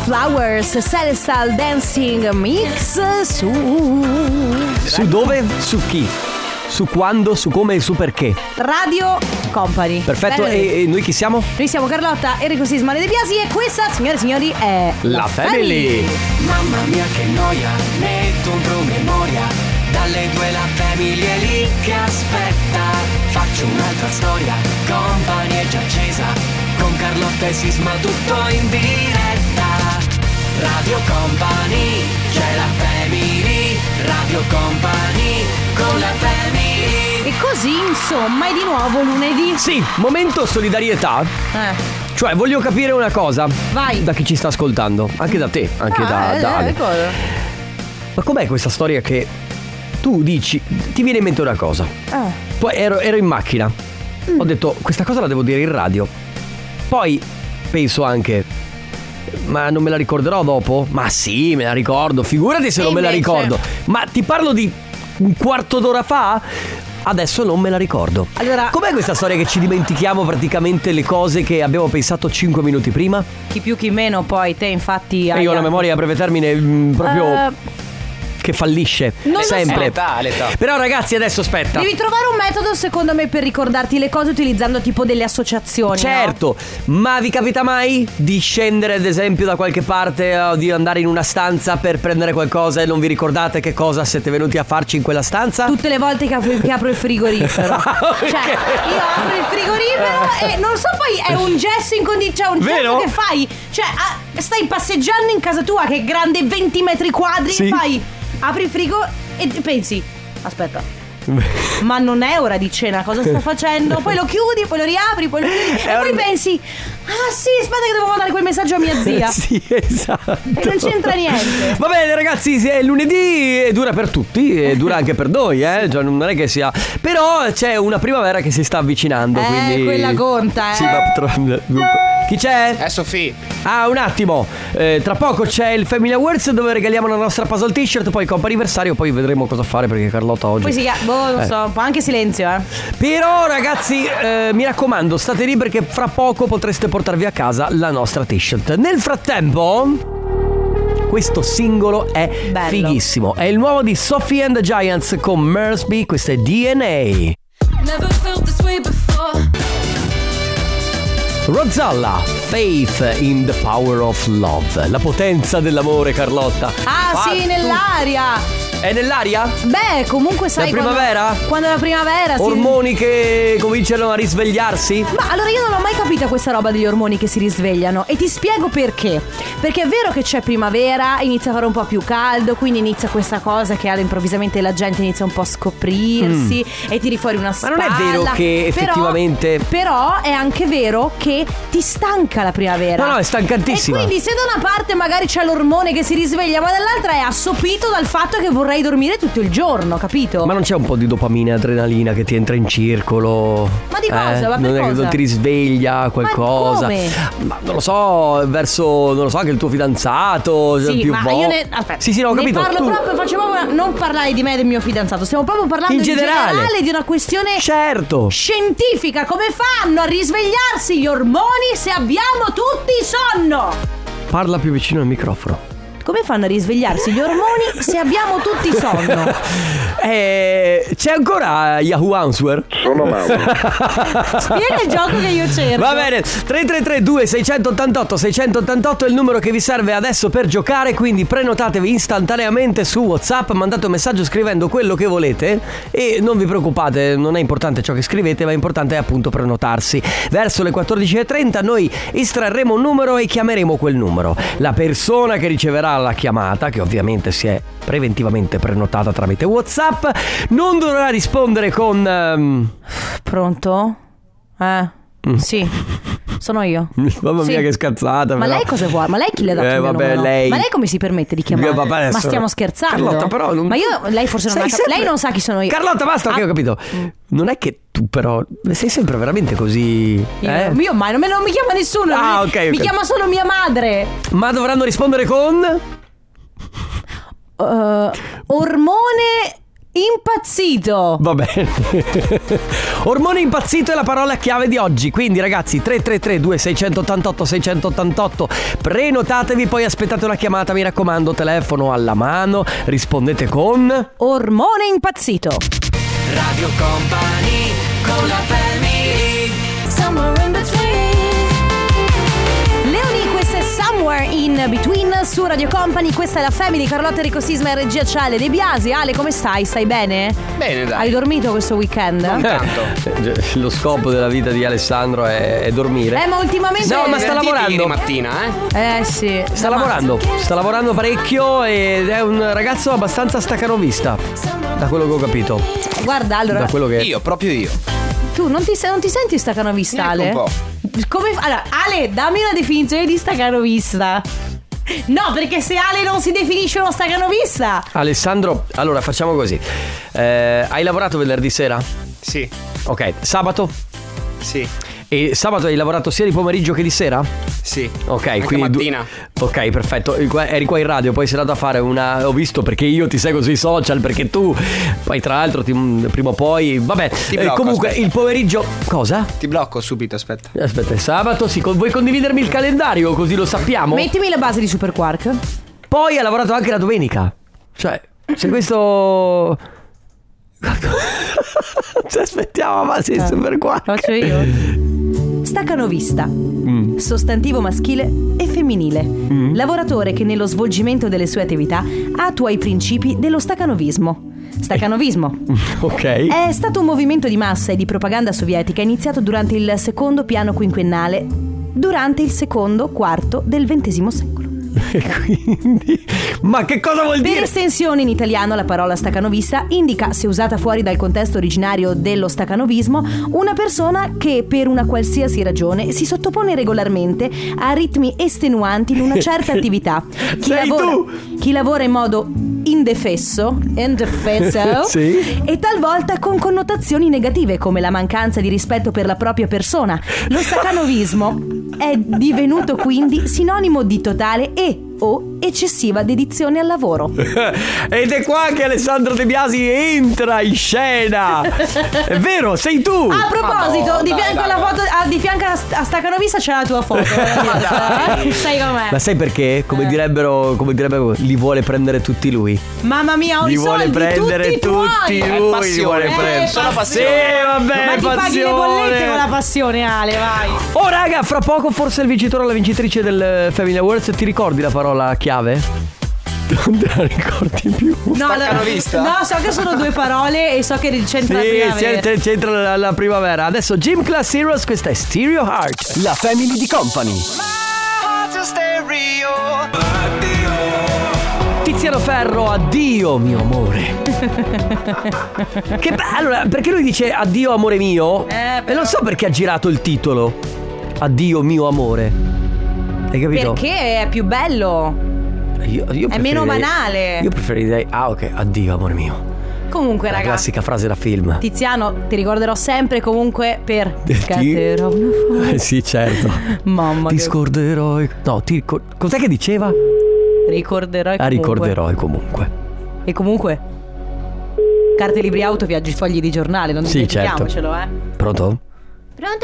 Flowers, Celestial Dancing Mix su dove? Su chi? Su quando? Su come e su perché? Radio Company. Perfetto. E noi chi siamo? Noi siamo Carlotta, Enrico Sisma, De Biasi. E questa, signore e signori, è La Family. Mamma mia che noia, metto un promemoria. Dalle 2 la Family è lì che aspetta. Faccio un'altra storia, Company è già accesa. Con Carlotta e Sisma tutto in diretta. Radio Company, c'è la Family. Radio Company, con la Family. E così, insomma, è di nuovo lunedì. Sì, momento solidarietà. Cioè, voglio capire una cosa. Vai. Da chi ci sta ascoltando. Anche da te, anche da Ale. Cosa? Ma com'è questa storia che tu dici, ti viene in mente una cosa. Poi ero in macchina. Ho detto, questa cosa la devo dire in radio. Poi penso anche, ma non me la ricorderò dopo? Ma sì, me la ricordo, figurati se non me la ricordo. Ma ti parlo di un quarto d'ora fa? Adesso non me la ricordo. Allora, com'è questa storia che ci dimentichiamo praticamente le cose che abbiamo pensato 5 minuti prima? Chi più chi meno, poi te infatti Io ho una memoria a breve termine proprio che fallisce sempre. L'età. Però ragazzi, adesso aspetta. Devi trovare un metodo secondo me per ricordarti le cose utilizzando tipo delle associazioni. Certo, no? Ma vi capita mai di scendere ad esempio da qualche parte o di andare in una stanza per prendere qualcosa e non vi ricordate che cosa siete venuti a farci in quella stanza? Tutte le volte che apro il frigorifero. Cioè io apro il frigorifero e non so, poi è un gesto incondizionato, cioè un gesto che fai. Cioè stai passeggiando in casa tua che è grande 20 metri quadri, sì. Fai, apri il frigo e pensi, aspetta, ma non è ora di cena, cosa sto facendo? Poi lo chiudi, poi lo riapri, poi lo chiudi, e poi pensi, ah sì, aspetta che devo mandare quel messaggio a mia zia. Sì, esatto. E non c'entra niente. Va bene ragazzi, è lunedì e dura per tutti, e dura anche per noi, Cioè, non è che sia. Però c'è una primavera che si sta avvicinando, quindi quella conta, Sì, ma chi c'è? È Sofì. Ah, un attimo, tra poco c'è il Family Awards dove regaliamo la nostra puzzle t-shirt. Poi comp'anniversario, poi vedremo cosa fare perché Carlotta oggi. Poi si non so, anche silenzio, Però ragazzi, mi raccomando, state lì perché fra poco potreste portarvi a casa la nostra t-shirt. Nel frattempo, questo singolo è bello, fighissimo. È il nuovo di Sophie and the Giants con Mersby. Questo è DNA. Never felt this way before. Rozzalla, Faith in the Power of Love. La potenza dell'amore, Carlotta. Sì, nell'aria. È nell'aria? Beh, comunque sai, la primavera? Quando è la primavera, ormoni che cominciano a risvegliarsi? Ma allora io non ho mai capito questa roba degli ormoni che si risvegliano. E ti spiego perché. Perché è vero che c'è primavera, inizia a fare un po' più caldo, quindi inizia questa cosa che improvvisamente la gente inizia un po' a scoprirsi e tiri fuori una spalla. Ma non è vero che effettivamente Però è anche vero che ti stanca la primavera. No, è stancantissima. E quindi se da una parte magari c'è l'ormone che si risveglia, ma dall'altra è assopito dal fatto che vorrei dormire tutto il giorno, capito? Ma non c'è un po' di dopamina e adrenalina che ti entra in circolo? Ma di cosa? Ma non è che non ti risveglia qualcosa? Ma come? Ma non lo so, verso, non lo so, anche il tuo fidanzato. Sì, più ma io aspetta, sì, no, ho capito. Parlo proprio, non parlare di me e del mio fidanzato. Stiamo proprio parlando in generale di una questione scientifica. Come fanno a risvegliarsi gli ormoni se abbiamo tutti sonno? Parla più vicino al microfono. Come fanno a risvegliarsi gli ormoni se abbiamo tutti sonno? C'è ancora Yahoo Answer? Sono Mauro. Spiega il gioco che io cerco. Va bene, 3332 688 688 è il numero che vi serve adesso per giocare. Quindi prenotatevi istantaneamente su WhatsApp, mandate un messaggio scrivendo quello che volete. E non vi preoccupate, non è importante ciò che scrivete, ma è importante appunto prenotarsi. Verso le 14.30 noi estrarremo un numero e chiameremo quel numero. La persona che riceverà la chiamata, che ovviamente si è preventivamente prenotata tramite WhatsApp, non dovrà rispondere con pronto? Sì, sono io. Mamma mia, che scazzata. Ma lei cosa vuole? Ma lei chi le ha dato il mio numero? Lei... Ma lei come si permette di chiamare? Ma stiamo scherzando? Carlotta, però non... Ma lei forse non lei non sa chi sono io. Carlotta, basta, che ho capito. Non è che tu però sei sempre veramente cosi. Io mai non mi chiama nessuno. Ok. Mi chiama solo mia madre. Ma dovranno rispondere con ormone impazzito. Va bene. Ormone impazzito è la parola chiave di oggi. Quindi ragazzi, 333 2688 688, prenotatevi, poi aspettate una chiamata, mi raccomando, telefono alla mano, rispondete con ormone impazzito. Radio Company con la family. Somewhere in between. Leoni, questa è Somewhere in Between su Radio Company. Questa è la family. Carlotta, Enrico Sisma e regia Ciale De Biasi. Ale, come stai? Stai bene? Bene, dai. Hai dormito questo weekend? Non tanto. Lo scopo della vita di Alessandro è dormire. Ma ultimamente No, ma sta lavorando. Ieri mattina, sì. Sta lavorando parecchio ed è un ragazzo abbastanza staccanovista, da quello che ho capito. Guarda, allora, Da quello che proprio io. tu non ti senti staccanovista, Ale? Un po'. Allora, Ale, dammi una definizione di staccanovista. No, perché se Ale non si definisce uno staccanovista. Alessandro, allora facciamo così. Hai lavorato venerdì sera? Sì. Ok, sabato? Sì. E sabato hai lavorato sia di pomeriggio che di sera? Sì. Ok, anche quindi mattina. Ok, perfetto. Eri qua in radio, poi sei andato a fare una. Ho visto perché io ti seguo sui social, perché tu poi tra l'altro prima o poi. Vabbè, Ti blocco, comunque aspetta. il pomeriggio. Cosa? Ti blocco subito, aspetta. Aspetta, è sabato, sì. Vuoi condividermi il calendario così lo sappiamo? Mettimi la base di Super Quark. Poi ha lavorato anche la domenica. Cioè, se questo. Ci aspettiamo, ma sei super qua. Faccio io. Staccanovista. Sostantivo maschile e femminile. Lavoratore che nello svolgimento delle sue attività attua i principi dello staccanovismo. Stacanovismo Ok. è stato un movimento di massa e di propaganda sovietica iniziato durante il secondo piano quinquennale, durante il secondo quarto del XX secolo. Quindi, ma che cosa vuol Per dire? estensione in italiano la parola staccanovista indica, se usata fuori dal contesto originario dello staccanovismo, una persona che per una qualsiasi ragione si sottopone regolarmente a ritmi estenuanti in una certa attività. Sei tu! Chi lavora in modo indefesso Sì. e talvolta con connotazioni negative come la mancanza di rispetto per la propria persona. Lo staccanovismo è divenuto quindi sinonimo di totale o eccessiva dedizione al lavoro. Ed è qua che Alessandro De Biasi entra in scena. È vero, sei tu. A proposito, no, di dai, fianco dai, alla foto, di fianco a Staccanovista c'è la tua foto. Sai com'è? Ma sai perché? Come direbbero, li vuole prendere tutti lui. Mamma mia, ho Li i vuole soldi prendere tutti tutti tuoi. lui. passione, Li vuole prendere. sono Sì, passione. vabbè, Ma ti paghi le bollette passione. con la passione, Ale, vai. Oh raga, fra poco forse il vincitore o la vincitrice del Family Awards. Ti ricordi la parola chiave? Non te la ricordi più? No, Staccanovista? no, so che sono due parole e so che c'entra la primavera. c'entra la primavera. Adesso Gym Class Heroes, questa è Stereo Heart. La family di Company. Tiziano Ferro, addio mio amore. Che allora, perché lui dice addio amore mio? E non so perché ha girato il titolo Addio mio amore. Hai capito? Perché è più bello. Io È meno preferirei- banale. Io preferirei ok, addio amore mio. Comunque, La ragazzi, classica frase da film. Tiziano, ti ricorderò sempre comunque per Ti- scatterò una foto. Sì, certo. Mamma Ti che scorderò. No, cos'è che diceva? ricorderai comunque. Ricorderò comunque. E comunque carte, libri auto, viaggi, fogli di giornale. Non Sì, dimentichiamocelo, Pronto? Pronto?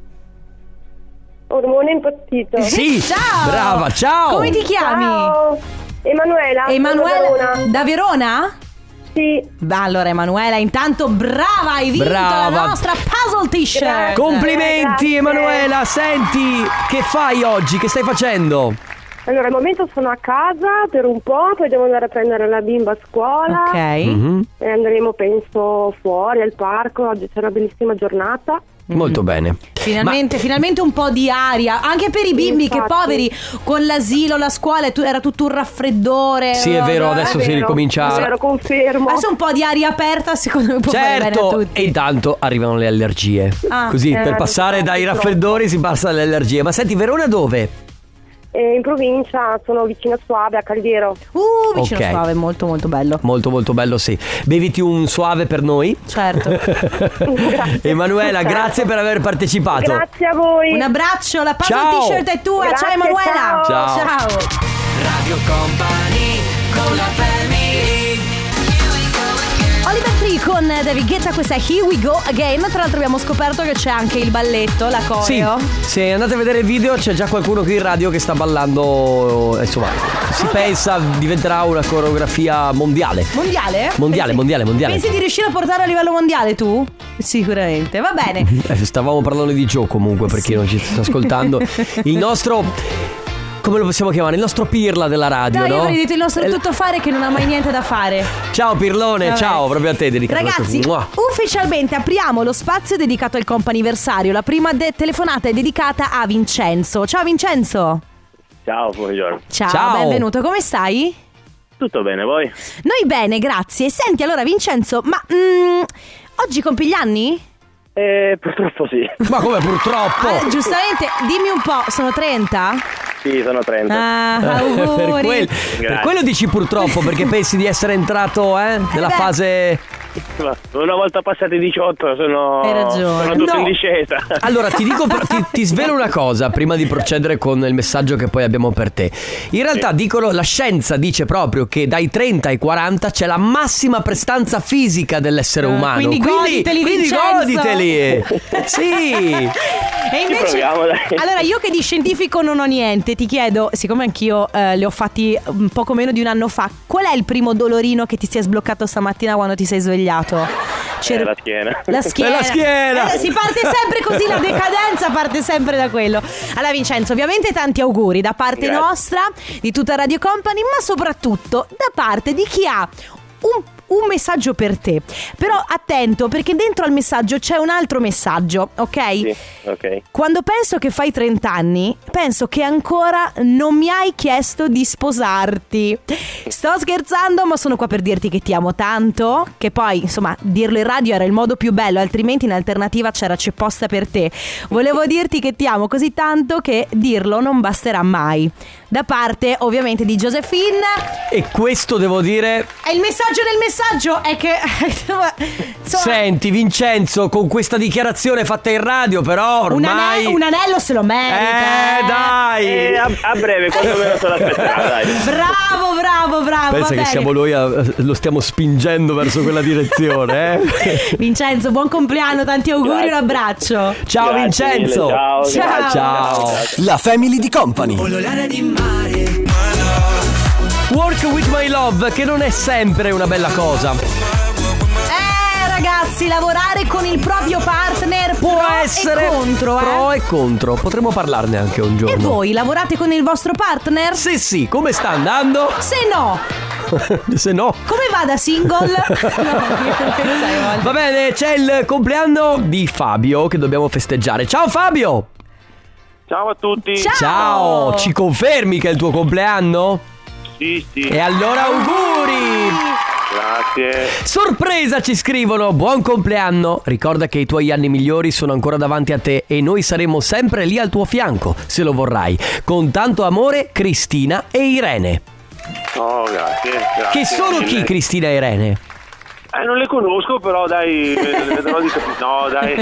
Ormone impazzito. Sì. Ciao. Brava, ciao. Come ti chiami? Ciao. Emanuela. Emanuela sono da Verona. da Verona? Sì. Beh, allora Emanuela, intanto brava, hai vinto Brava. la nostra puzzle t-shirt. Grazie. Complimenti Grazie. Emanuela. Senti, che fai oggi? Che stai facendo? Allora, al momento sono a casa per un po', poi devo andare a prendere la bimba a scuola. Ok. E andremo, penso, fuori al parco. Oggi c'è una bellissima giornata. Molto bene. Finalmente un po' di aria. Anche per i bimbi che Infatti. poveri con l'asilo, la scuola era tutto un raffreddore. Sì, è vero, no? adesso È si vero, ricomincia. È vero, confermo. Adesso un po' di aria aperta secondo me può fare bene a Certo, tutti. e intanto arrivano le allergie. Ah. Così per lo passare so, dai purtroppo. raffreddori si passa alle allergie. Ma senti, Verona dove? In provincia, sono vicino a Suave, a Caldiero. Vicino Ok. Suave, molto molto bello. Molto molto bello, sì. Beviti un suave per noi. Certo. Emanuela, grazie per aver partecipato. Grazie a voi. Un abbraccio, la puzzle Ciao. t-shirt è tua. Grazie, ciao Emanuela. ciao. Ciao. Radio Company con la family. Oliver con David Guetta, questa è Here We Go Again. Tra l'altro abbiamo scoperto che c'è anche il balletto, la coreo. Sì, andate a vedere il video, c'è già qualcuno qui in radio che sta ballando. Insomma, si pensa diventerà una coreografia mondiale. Mondiale? Mondiale. Pensi di riuscire a portarlo a livello mondiale tu? Sicuramente, va bene. Stavamo parlando di Joe comunque, per chi non ci sta ascoltando. Il nostro, come lo possiamo chiamare? Il nostro pirla della radio, no? No, io avrei detto il nostro tuttofare che non ha mai niente da fare. Ciao Pirlone, Vabbè. ciao, proprio a te dedicato. Ragazzi, ufficialmente apriamo lo spazio dedicato al comp'anniversario. La prima telefonata è dedicata a Vincenzo. Ciao Vincenzo. Ciao, buongiorno. Ciao, benvenuto, come stai? Tutto bene, voi? Noi bene, grazie. Senti, allora Vincenzo, ma oggi compi gli anni? Purtroppo sì. Ma come purtroppo? Giustamente, dimmi un po', sono 30? Sì, sono 30. Ah, auguri. Per quello dici purtroppo, perché pensi di essere entrato nella fase... Una volta passati 18 sono tutto in discesa. Allora ti dico, ti svelo una cosa prima di procedere con il messaggio che poi abbiamo per te. In realtà dicono, la scienza dice proprio che dai 30 ai 40 c'è la massima prestanza fisica dell'essere umano. Quindi goditeli, goditeli. Sì. E invece, proviamo, dai. allora io che di scientifico non ho niente, ti chiedo, siccome anch'io li ho fatti un poco meno di un anno fa, qual è il primo dolorino che ti si è sbloccato stamattina quando ti sei svegliato? La schiena. La schiena. Si parte sempre così, la decadenza parte sempre da quello. Allora Vincenzo, ovviamente tanti auguri da parte nostra, di tutta Radio Company, ma soprattutto da parte di chi ha un messaggio per te. Però attento, perché dentro al messaggio c'è un altro messaggio, ok? Sì, ok. Quando penso che fai 30 anni, penso che ancora non mi hai chiesto di sposarti. Sto scherzando, ma sono qua per dirti che ti amo tanto. Che poi, insomma, dirlo in radio era il modo più bello, altrimenti in alternativa c'è posta per te. Volevo dirti che ti amo così tanto che dirlo non basterà mai. Da parte, ovviamente, di Josephine. E questo devo dire... È il messaggio del messaggio, è che... insomma, Senti Vincenzo, con questa dichiarazione fatta in radio, però ormai... un anello se lo merita. Dai! A breve, quando me lo sono aspettato, dai. Bravo. Pensa che siamo noi, lo stiamo spingendo verso quella direzione, Vincenzo, buon compleanno, tanti auguri, un abbraccio. Ciao Grazie Vincenzo. mille, Ciao. La Family di Company. Work with my love, che non è sempre una bella cosa. Ragazzi, lavorare con il proprio partner Può essere e contro, pro e contro. Potremmo parlarne anche un giorno. E voi lavorate con il vostro partner? Sì, come sta andando? Se no, Se no. come va da single? Va bene, c'è il compleanno di Fabio che dobbiamo festeggiare. Ciao Fabio! Ciao a tutti. Ciao. Ci confermi che è il tuo compleanno? Sì. E allora auguri! Grazie. Sorpresa, ci scrivono. Buon compleanno. Ricorda che i tuoi anni migliori sono ancora davanti a te e noi saremo sempre lì al tuo fianco, se lo vorrai. Con tanto amore, Cristina e Irene. Oh, grazie. Che sono chi Cristina e Irene? Non le conosco, però dai, vedrò di capire. No, dai.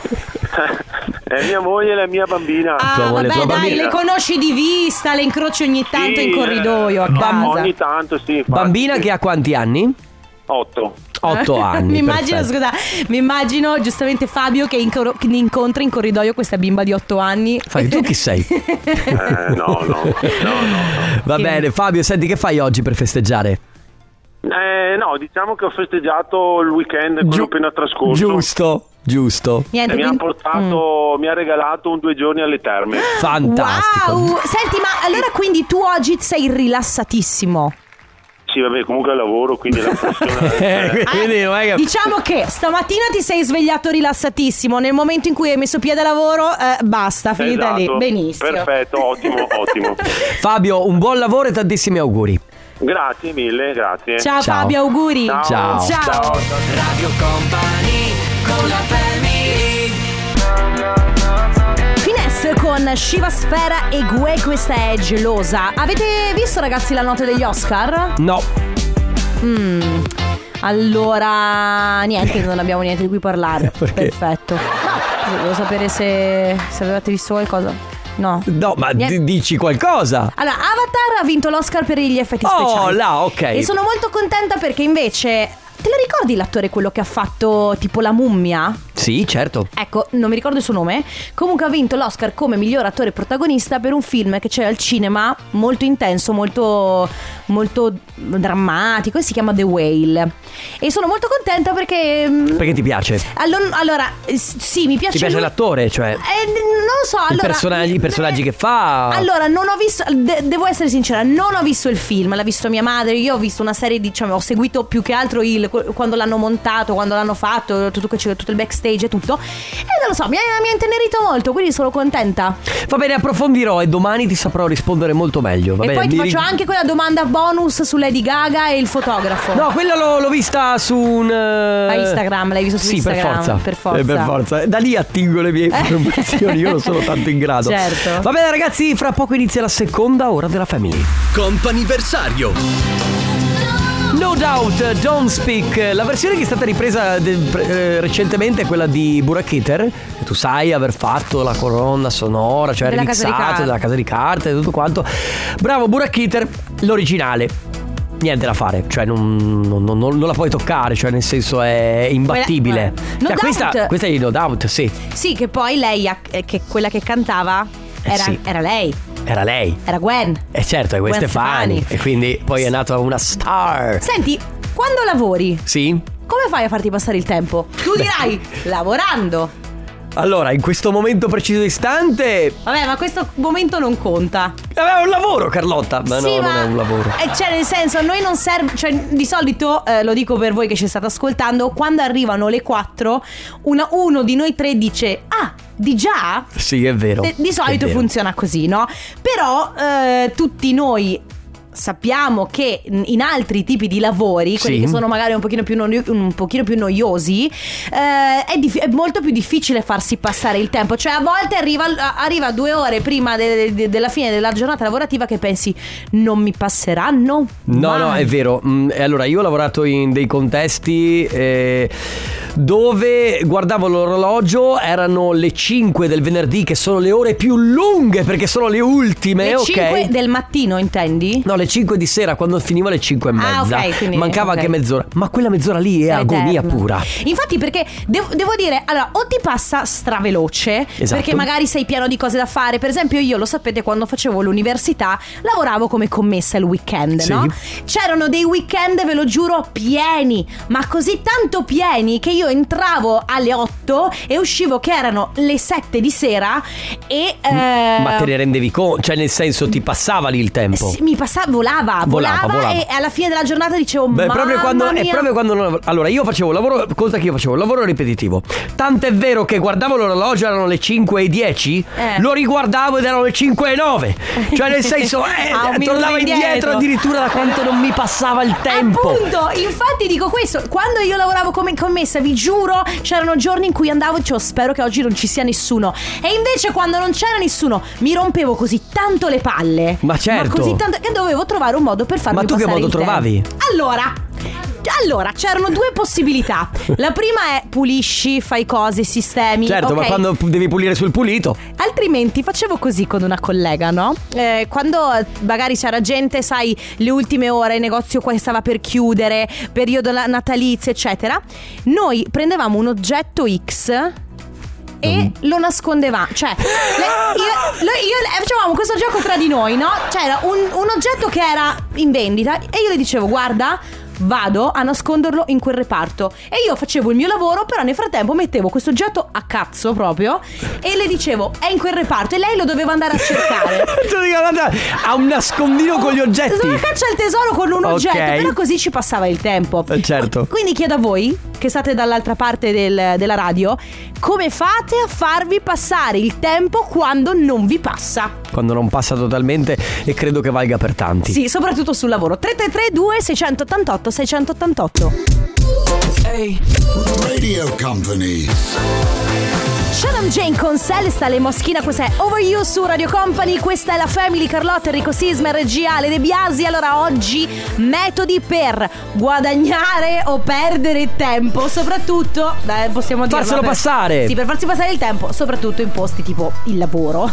È mia moglie e la mia bambina. Vabbè, tua dai, bambina. le conosci di vista, le incroci ogni tanto Sì, in corridoio a casa. Ogni tanto, sì. Infatti. Bambina che ha quanti anni? 8. 8 anni. Mi immagino, perfetto. scusa, mi immagino giustamente Fabio che incontra in corridoio questa bimba di 8 anni. Fai, tu chi sei? No. Va bene, Fabio, senti, che fai oggi per festeggiare? No, diciamo che ho festeggiato il weekend, quello appena trascorso. Giusto. Niente, E mi ha quindi- portato, mi ha regalato 2 giorni alle terme. Fantastico. Wow! Senti, ma allora quindi tu oggi sei rilassatissimo? Sì, vabbè, comunque lavoro, quindi la pressione. Quindi non è che... Diciamo che stamattina ti sei svegliato rilassatissimo. Nel momento in cui hai messo piede a lavoro, basta, finita lì. Esatto. Benissimo. Perfetto, ottimo. Fabio, un buon lavoro e tantissimi auguri. Grazie mille, grazie. Ciao Ciao. Fabio, auguri. Ciao. Radio Company con la family. Finesse con Shiva Sfera e Gue, questa è Gelosa. Avete visto, ragazzi, la notte degli Oscar? No. Allora, niente, non abbiamo niente di cui parlare. Perché? Perfetto. No, volevo sapere se avevate visto qualcosa. No. No, ma Niente. dici qualcosa. Allora, Avatar ha vinto l'Oscar per gli effetti Oh, speciali. là, ok. E sono molto contenta perché invece te lo ricordi l'attore, quello che ha fatto tipo La mummia? Sì, certo. Ecco, non mi ricordo il suo nome. Comunque ha vinto l'Oscar come miglior attore protagonista per un film che c'è al cinema, molto intenso, molto drammatico, e si chiama The Whale. E sono molto contenta perché ti piace? Allora, sì, mi piace. Ti piace l'attore, cioè? Non lo so, allora, i personaggi che fa. Allora, non ho visto, devo essere sincera, non ho visto il film, l'ha visto mia madre. Io ho visto una serie di, diciamo, ho seguito più che altro quando l'hanno montato, quando l'hanno fatto, tutto il backstage e tutto. E non lo so, mi ha intenerito molto, quindi sono contenta. Va bene, approfondirò e domani ti saprò rispondere molto meglio. Va e bene, poi ti faccio anche quella domanda bonus su Lady Gaga e il fotografo. No, quella l'ho vista su un Instagram, l'hai visto su Instagram? Sì, per forza. Da lì attingo le mie informazioni. Io non sono tanto in grado. Certo. Va bene ragazzi, fra poco inizia la seconda ora della Family. Comp'anniversario. No Doubt, Don't Speak. La versione che è stata ripresa recentemente è quella di Burak Yeter. Tu sai aver fatto la colonna sonora, cioè remixato della Casa di Carta e tutto quanto. Bravo Burak Yeter, l'originale. Niente da fare, cioè non la puoi toccare, cioè nel senso è imbattibile. No questa è di No Doubt, sì. Sì, che poi lei, che quella che cantava era lei. Era lei. Era Gwen. Certo, è Gwen Stefani. E quindi poi è nata una star. Senti, quando lavori, sì, come fai a farti passare il tempo? Tu dirai, lavorando. Allora, in questo momento preciso istante. Vabbè, ma questo momento non conta. È un lavoro, Carlotta. Ma sì, no, non è un lavoro. Cioè, nel senso, a noi non serve. Cioè, di solito, lo dico per voi che ci state ascoltando, quando arrivano le 4, uno di noi tre dice: ah, di già? Sì, è vero. Di solito funziona così, no? Però tutti noi sappiamo che in altri tipi di lavori, quelli che sono magari un pochino più noiosi, è molto più difficile farsi passare il tempo. Cioè a volte arriva 2 ore prima della fine della giornata lavorativa che pensi: non mi passeranno? No, è vero. Allora, io ho lavorato in dei contesti dove guardavo l'orologio, erano le 5 del venerdì, che sono le ore più lunghe perché sono le ultime. Le 5 del mattino, intendi? No, le 5 di sera, quando finiva le 5 e mezza. Quindi, mancava anche mezz'ora. Ma quella mezz'ora lì è agonia pura. Infatti, perché devo dire, allora, o ti passa straveloce, perché magari sei pieno di cose da fare. Per esempio, io, lo sapete, quando facevo l'università lavoravo come commessa il weekend, no? C'erano dei weekend, ve lo giuro, pieni, ma così tanto pieni che io entravo alle 8 e uscivo che erano le 7 di sera. E ma te ne rendevi conto? Cioè, nel senso, ti passava lì il tempo? Mi passava, volava. E alla fine della giornata dicevo: è proprio quando allora, io facevo lavoro. Cosa che io facevo? Lavoro ripetitivo. Tant'è vero che guardavo l'orologio, erano le 5:10, lo riguardavo ed erano le 5:09. Cioè, nel senso, tornavo indietro addirittura da quanto non mi passava il tempo. Appunto, infatti dico questo. Quando io lavoravo come commessa, vi giuro, c'erano giorni in cui andavo e dicevo: spero che oggi non ci sia nessuno. E invece quando non c'era nessuno mi rompevo così tanto le palle. Ma certo. Ma così tanto che dovevo trovare un modo per farmi passare il tempo. Ma tu che modo trovavi? Allora, c'erano 2 possibilità. La prima è: pulisci, fai cose, sistemi. Certo, ma quando devi pulire sul pulito. Altrimenti facevo così con una collega, no? Quando magari c'era gente, sai, le ultime ore, il negozio qua stava per chiudere, periodo natalizio, eccetera, noi prendevamo un oggetto X e lo nascondevamo. Cioè io facevamo questo gioco tra di noi, no? C'era un oggetto che era in vendita e io le dicevo: guarda, vado a nasconderlo in quel reparto. E io facevo il mio lavoro, però nel frattempo mettevo questo oggetto a cazzo proprio e le dicevo: è in quel reparto. E lei lo doveva andare a cercare. Ha un nascondino con gli oggetti. Una caccia al tesoro con un oggetto. Però così ci passava il tempo. Certo. Quindi chiedo a voi, che state dall'altra parte della radio, come fate a farvi passare il tempo quando non vi passa? Quando non passa totalmente, e credo che valga per tanti. Sì, soprattutto sul lavoro. 333 688 688. Hey. Radio Company. Sharon Jane con Celesta, le Moschina, questa è Over You su Radio Company, questa è la Family, Carlotta, Enrico Sisma, regia Le De Biasi. Allora oggi metodi per guadagnare o perdere tempo, soprattutto possiamo dire farselo passare. Sì, per farsi passare il tempo, soprattutto in posti tipo il lavoro.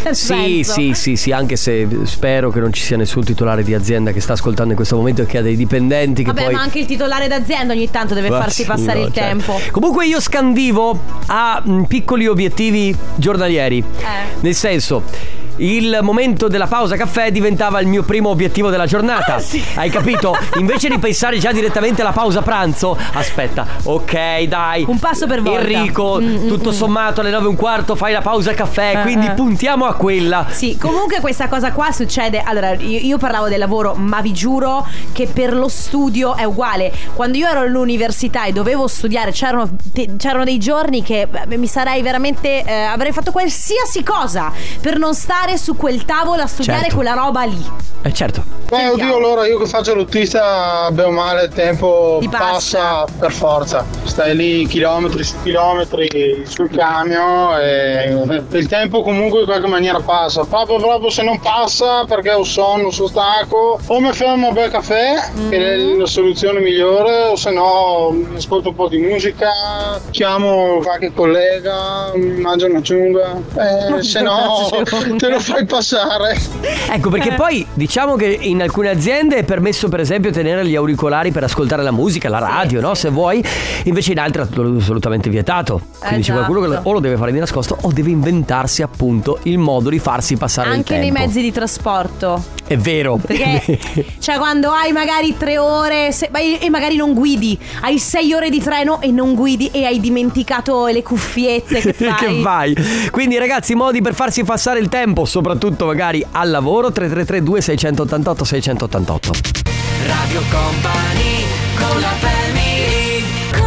Sì, anche se spero che non ci sia nessun titolare di azienda che sta ascoltando in questo momento e che ha dei dipendenti che ma anche il titolare d'azienda ogni tanto deve farsi passare il tempo. Comunque io scandivo a piccoli obiettivi giornalieri. Nel senso, il momento della pausa caffè diventava il mio primo obiettivo della giornata. Sì. Hai capito? Invece di pensare già direttamente alla pausa pranzo, aspetta, ok, dai, un passo per volta. Enrico, tutto sommato alle 9:15 fai la pausa caffè, quindi puntiamo a quella. Sì, comunque questa cosa qua succede. Allora, io parlavo del lavoro, ma vi giuro che per lo studio è uguale. Quando io ero all'università e dovevo studiare, c'erano dei giorni che mi sarei veramente avrei fatto qualsiasi cosa per non stare su quel tavolo a studiare quella roba lì. Certo. Oddio, allora io che faccio l'autista, bene o male, il tempo passa per forza. Stai lì chilometri su chilometri sul camion e il tempo comunque in qualche maniera passa. Proprio se non passa perché ho sonno, sono stanco, o mi fermo a bere caffè, che è la soluzione migliore, o se no ascolto un po' di musica, chiamo qualche collega, mangio una ciunga, se no te lo fai passare. Ecco, perché poi diciamo che in alcune aziende è permesso per esempio tenere gli auricolari per ascoltare la musica, la radio, no? Se vuoi. Invece in altre è assolutamente vietato. Quindi c'è qualcuno che o lo deve fare di nascosto o deve inventarsi appunto il modo di farsi passare il tempo. Anche nei mezzi di trasporto. È vero. Perché cioè quando hai magari 3 ore e magari non guidi, hai 6 ore di treno e non guidi e hai dimenticato le cuffiette, che fai? Che vai? Quindi ragazzi, modi per farsi passare il tempo, soprattutto magari al lavoro. 333 688 688. Radio Company con la Family.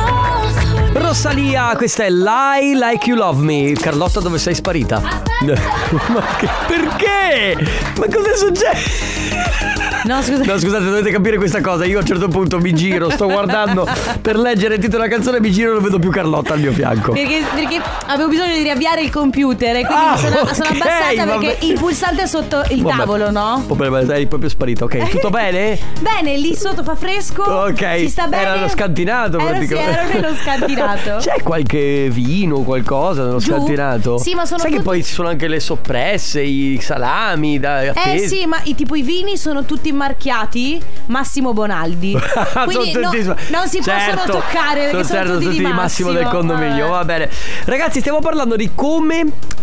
Rosalia, questa è Lie Like You Love Me. Carlotta, dove sei sparita? Ma perché? Ma cosa è successo? No, scusate, dovete capire questa cosa. Io a un certo punto mi giro, sto guardando per leggere il titolo della canzone, mi giro e non vedo più Carlotta al mio fianco. Perché avevo bisogno di riavviare il computer e quindi sono abbassata perché il pulsante è sotto il tavolo, no? Sei proprio sparita, ok. Tutto bene? Bene, lì sotto fa fresco. Ok. Si sta bene. Era lo scantinato praticamente. Era nello scantinato. C'è qualche vino, qualcosa nello scantinato? Sì, ma sono sai che poi ci sono anche le soppresse, i salami appesi. Sì, ma tipo i vini sono tutti marchiati Massimo Bonaldi. Quindi non si possono toccare perché sono tutti di Massimo del condominio. Va bene. Ragazzi, stiamo parlando di come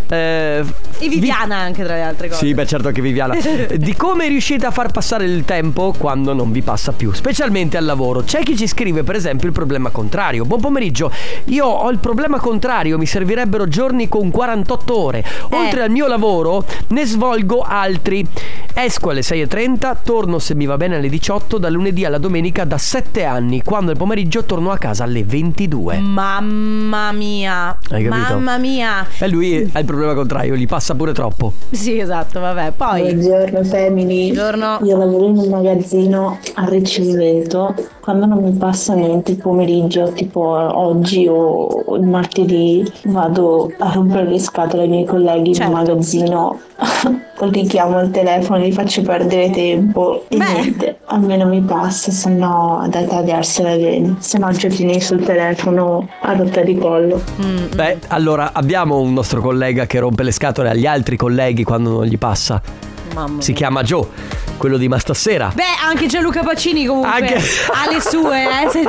e Viviana anche tra le altre cose. Sì, beh, certo che Viviana. Di come riuscite a far passare il tempo quando non vi passa più, specialmente al lavoro. C'è chi ci scrive per esempio il problema contrario. Buon pomeriggio, io ho il problema contrario, mi servirebbero giorni con 48 ore. Oltre al mio lavoro ne svolgo altri. Esco alle 6:30, torno se mi va bene alle 18, da lunedì alla domenica da 7 anni, quando il pomeriggio torno a casa alle 22. Mamma mia. Hai capito? Mamma mia. E lui ha il problema contrario, gli passa pure troppo. Sì, esatto, vabbè. Poi Buongiorno family. Buongiorno. Io lavoro in un magazzino a ricevimento. Quando non mi passa niente il pomeriggio, tipo oggi o il martedì, vado a rompere le scatole ai miei colleghi in magazzino. Li chiamo al telefono, li faccio perdere tempo e niente, almeno mi passa, se no da tagliarsela bene, se no giocini sul telefono a rotta di collo. Beh, allora abbiamo un nostro collega che rompe le scatole agli altri colleghi quando non gli passa. Si chiama Joe, quello di Mastasera. Beh, anche Gianluca Pacini comunque ha le sue,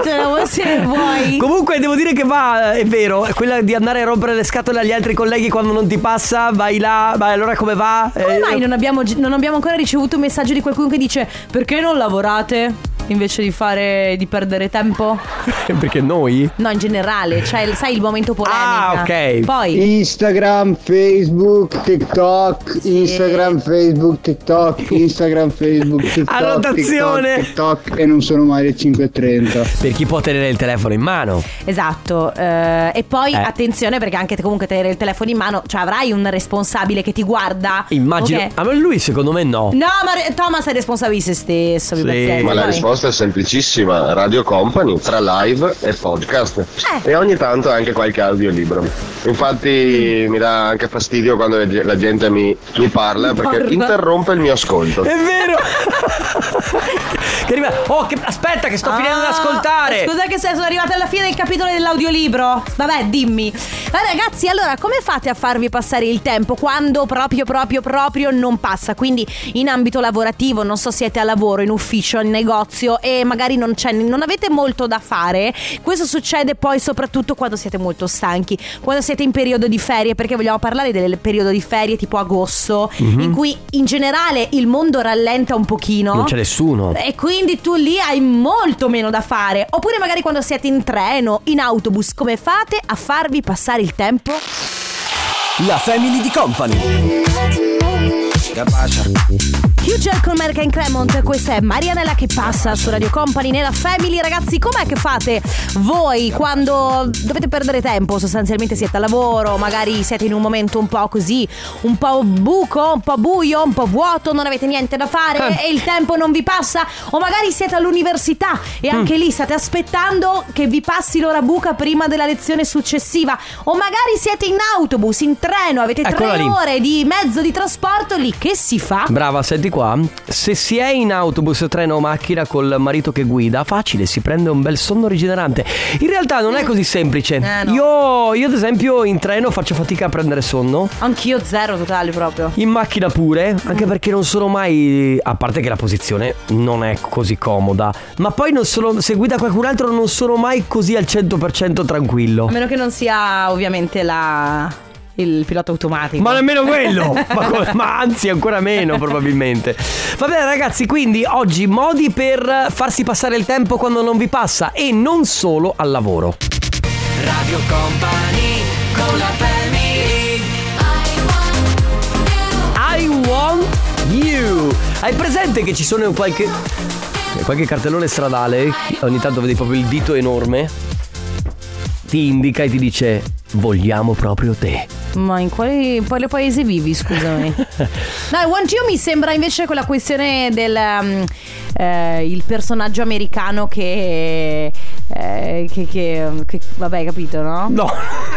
se vuoi. Comunque devo dire che è vero, quella di andare a rompere le scatole agli altri colleghi quando non ti passa, vai là, vai, allora come va? Come mai non abbiamo ancora ricevuto un messaggio di qualcuno che dice perché non lavorate? Invece di perdere tempo? Perché noi? No, in generale, cioè sai il momento polemica. Ah, ok. Poi Instagram, Facebook, TikTok, Instagram, Facebook, TikTok, Instagram, Facebook, TikTok, annotazione. TikTok, e non sono mai le 5:30. Per chi può tenere il telefono in mano. Esatto. E poi attenzione, perché anche comunque tenere il telefono in mano, cioè avrai un responsabile che ti guarda. Immagino. Okay. Ma lui secondo me no. No, ma Thomas è responsabile di se stesso. Ma la risposta risposta è semplicissima: Radio Company, tra live e podcast. E ogni tanto anche qualche audiolibro. Infatti mi dà anche fastidio quando la gente mi parla, perché interrompe il mio ascolto. È vero. Aspetta che sto finendo di ascoltare. Scusa che sono arrivata alla fine del capitolo dell'audiolibro. Vabbè, dimmi. Ma ragazzi, allora come fate a farvi passare il tempo quando proprio non passa? Quindi in ambito lavorativo, non so, siete a lavoro, in ufficio, in negozio e magari non avete molto da fare. Questo succede poi soprattutto quando siete molto stanchi, quando siete in periodo di ferie, perché vogliamo parlare del periodo di ferie tipo agosto, in cui in generale il mondo rallenta un pochino. Non c'è nessuno. E quindi tu lì hai molto meno da fare. Oppure magari quando siete in treno, in autobus, come fate a farvi passare il tempo? La Family di Company. Future con American Cremont, questa è Marianella che passa su Radio Company nella Family. Ragazzi, com'è che fate voi quando dovete perdere tempo? Sostanzialmente siete a lavoro, magari siete in un momento un po' così, un po' buco, un po' buio, un po' vuoto, non avete niente da fare e il tempo non vi passa. O magari siete all'università e anche lì state aspettando che vi passi l'ora buca prima della lezione successiva. O magari siete in autobus, in treno, avete 3 ore di mezzo di trasporto, lì che si fa? Brava, senti qua, se si è in autobus, treno o macchina col marito che guida, facile, si prende un bel sonno rigenerante. In realtà non è così semplice. No. Io ad esempio in treno faccio fatica a prendere sonno. Anch'io zero totale proprio. In macchina pure, anche perché non sono mai, a parte che la posizione non è così comoda, ma poi non sono, se guida qualcun altro non sono mai così al 100% tranquillo. A meno che non sia ovviamente il pilota automatico. Ma nemmeno quello. ma anzi ancora meno probabilmente. Va bene ragazzi, quindi oggi modi per farsi passare il tempo quando non vi passa, e non solo al lavoro. Radio Company con la Family. I want you. Hai presente che ci sono qualche cartellone stradale, ogni tanto vedi proprio il dito enorme, ti indica e ti dice vogliamo proprio te. Ma in quale paese vivi, scusami? No, I Want You mi sembra invece quella questione del il personaggio americano che vabbè, capito, no? No.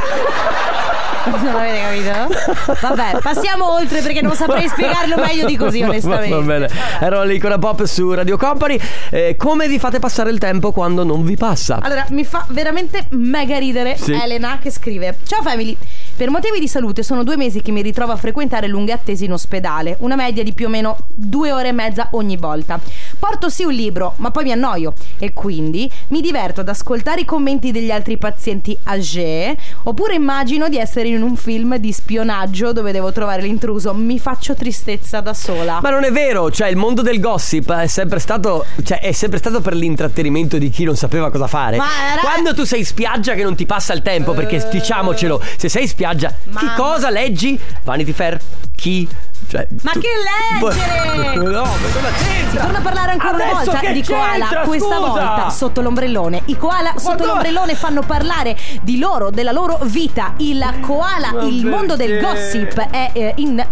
Non avete capito? Vabbè, passiamo oltre perché non saprei spiegarlo meglio di così, onestamente. Va bene. Ero l'Icona Pop su Radio Company. Come vi fate passare il tempo quando non vi passa? Allora, mi fa veramente mega ridere Elena che scrive: ciao Family, per motivi di salute sono 2 mesi che mi ritrovo a frequentare lunghe attese in ospedale, una media di più o meno 2 ore e mezza ogni volta. Porto sì un libro, ma poi mi annoio e quindi mi diverto ad ascoltare i commenti degli altri pazienti âgés, oppure immagino di essere in un film di spionaggio dove devo trovare l'intruso. Mi faccio tristezza da sola. Ma non è vero, cioè il mondo del gossip è sempre stato per l'intrattenimento di chi non sapeva cosa fare. Quando tu sei in spiaggia che non ti passa il tempo, perché diciamocelo, se sei in spiaggia, che cosa leggi? Vanity Fair? Chi? Ma che leggere? No, ma cosa c'entra? Si torna a parlare ancora una volta di koala, questa volta sotto l'ombrellone. I koala sotto l'ombrellone fanno parlare di loro, della loro vita. Il koala, il mondo del gossip è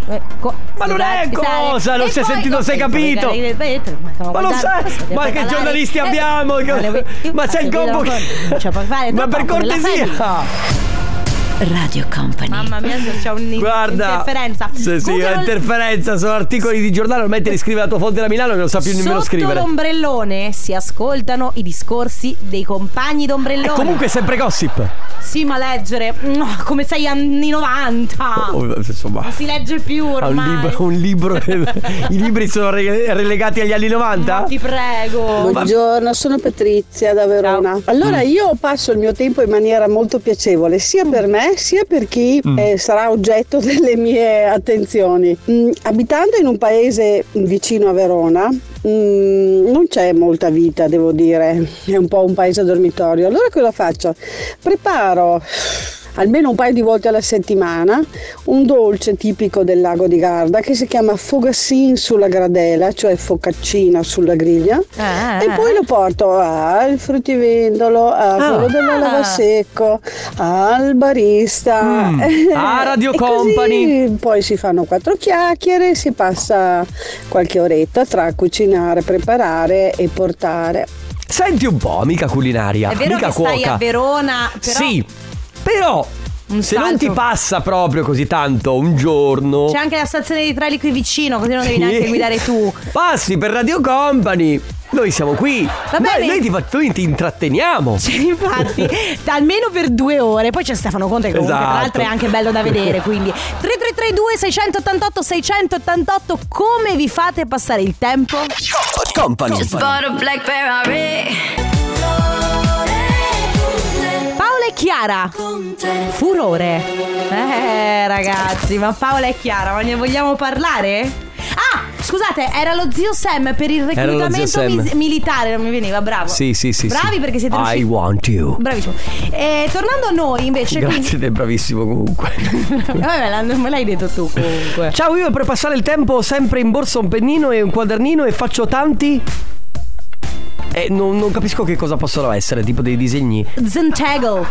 ma non è cosa, non si è sentito, sei capito? Ma non sai, ma che giornalisti abbiamo? Ma c'è il gobbo che... Ma per cortesia! Radio Company. Mamma mia, c'è un'interferenza. Sì, un'interferenza. Sono articoli di giornale, ormai te li scrive la tua fonte da Milano e non sa più nemmeno scrivere. Sotto l'ombrellone si ascoltano i discorsi dei compagni d'ombrellone. E comunque è sempre gossip. Sì, ma leggere come sei anni 90. Insomma, non si legge più ormai. Un libro I libri sono relegati agli anni 90? Ma ti prego. Buongiorno, sono Patrizia da Verona. Ciao. Allora io passo il mio tempo in maniera molto piacevole, sia per me sia per chi sarà oggetto delle mie attenzioni. Abitando in un paese vicino a Verona, non c'è molta vita, devo dire, è un po' un paese dormitorio. Allora cosa faccio? Preparo almeno un paio di volte alla settimana, un dolce tipico del lago di Garda che si chiama fogacin sulla gradela, cioè focaccina sulla griglia, e poi lo porto al fruttivendolo, a quello della lavasecco, al barista, a Radio e Company. Così poi si fanno 4 chiacchiere, si passa qualche oretta tra cucinare, preparare e portare. Senti un po', amica culinaria, è vero amica che cuoca. stai a Verona, però... Sì, però se non ti passa proprio così tanto un giorno, c'è anche la stazione di Trelli qui vicino, così non devi neanche guidare tu. Passi per Radio Company. Noi siamo qui. Va bene. Noi ti intratteniamo. Cioè, infatti, almeno per 2 ore. Poi c'è Stefano Conte che comunque tra l'altro è anche bello da vedere. Quindi 3332 688 688. Come vi fate passare il tempo? Company. Paola e Chiara, Furore. Ragazzi, ma Paola e Chiara, ma ne vogliamo parlare? Ah, scusate, era lo zio Sam per il reclutamento militare, non mi veniva, bravo. Sì. Bravi perché siete riusciti. I want you. Bravissimo. Tornando a noi invece. Grazie, sei bravissimo comunque. Vabbè, me l'hai detto tu comunque. Ciao, io per passare il tempo ho sempre in borsa un pennino e un quadernino e faccio tanti... non capisco che cosa possono essere, tipo dei disegni. Zentagle.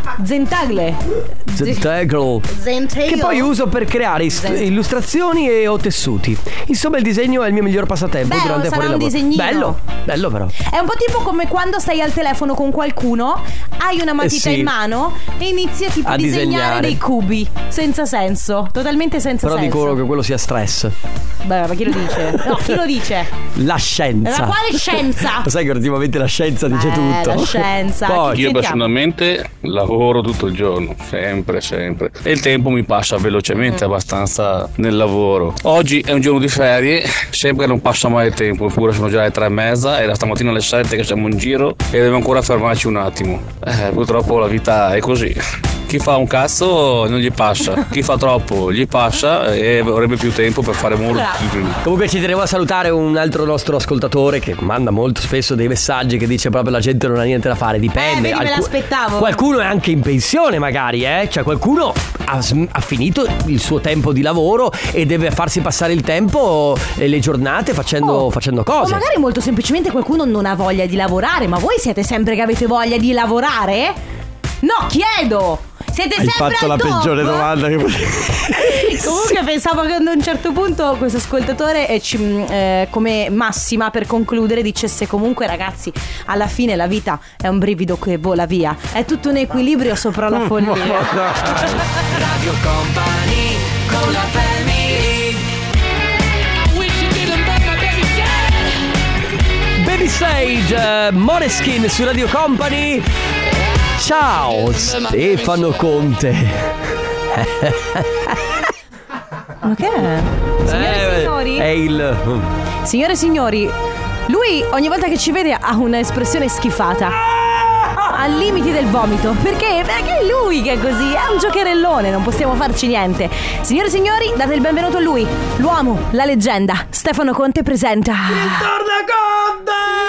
Che poi uso per creare illustrazioni e o tessuti. Insomma, il disegno è il mio miglior passatempo durante sarà fuori un lavoro. disegnino. Bello però. È un po' tipo come quando stai al telefono con qualcuno, hai una matita in mano e inizi tipo a disegnare dei cubi senza senso, totalmente senza senso. Però dicono che quello sia stress. Beh, ma chi lo dice? No, chi lo dice? La scienza. Ma quale scienza? Lo sai che ultimamente la scienza dice tutto. La scienza. Poi, io personalmente lavoro tutto il giorno, sempre. E il tempo mi passa velocemente, abbastanza nel lavoro. Oggi è un giorno di ferie, sempre non passa mai il tempo, eppure sono già le 3:30 e da stamattina alle 7 che siamo in giro e dobbiamo ancora fermarci un attimo. Purtroppo la vita è così. Chi fa un cazzo non gli passa, chi fa troppo gli passa e avrebbe più tempo per fare molto più. Comunque ci tenevo a salutare un altro nostro ascoltatore che manda molto spesso dei messaggi che dice proprio la gente non ha niente da fare, dipende. Me l'aspettavo. Qualcuno è anche in pensione magari, cioè qualcuno ha finito il suo tempo di lavoro e deve farsi passare il tempo e le giornate facendo cose. O magari molto semplicemente qualcuno non ha voglia di lavorare, ma voi siete sempre che avete voglia di lavorare? No, chiedo! Siete Hai sempre fatto la peggiore domanda che Comunque pensavo che ad un certo punto questo ascoltatore come massima per concludere dicesse: comunque ragazzi, alla fine la vita è un brivido che vola via, è tutto un equilibrio sopra la follia. Radio Company con la family. Baby Sage, Måneskin su Radio Company. Ciao Stefano Conte. Ma che è? Signore e signori, è il... Signore e signori, lui ogni volta che ci vede ha un'espressione schifata, al limite del vomito. Perché? Perché è lui che è così, è un giocherellone, non possiamo farci niente. Signore e signori, date il benvenuto a lui, l'uomo, la leggenda. Stefano Conte presenta Ritorna Conte!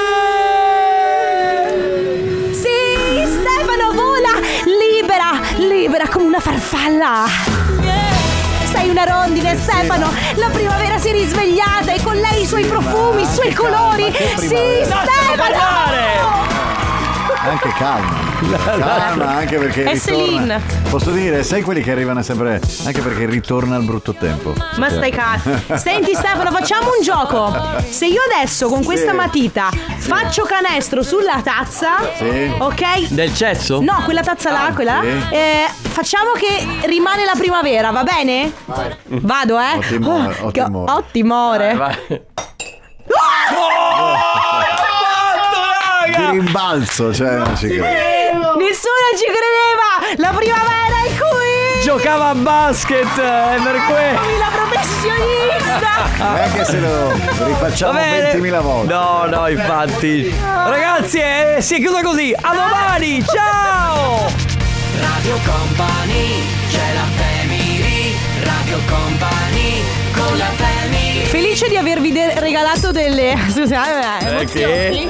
Libera come una farfalla. Sei una rondine, Stefano. La primavera si è risvegliata e con lei i suoi profumi, i suoi colori. Sì, Stefano! Anche calma, anche perché è ritorna. Celine. Posso dire, sai quelli che arrivano sempre, anche perché ritorna il brutto tempo. Ma stai calmo. Senti Stefano, facciamo un gioco. Se io adesso con questa matita faccio canestro sulla tazza, ok? Del cesso? No, quella tazza là, quella. Facciamo che rimane la primavera, va bene? Vai. Vado, Ottimo ore. Vai. Di rimbalzo, cioè non ci credo. Nessuno ci credeva. La primavera è qui. Giocava a basket, è per quello. La professionista. Anche se lo rifacciamo 20.000 volte. No, infatti. Ragazzi, si è chiusa così. A domani, ciao. Radio Company, c'è la family. Radio Company con la family. Felice di avervi regalato delle emozioni.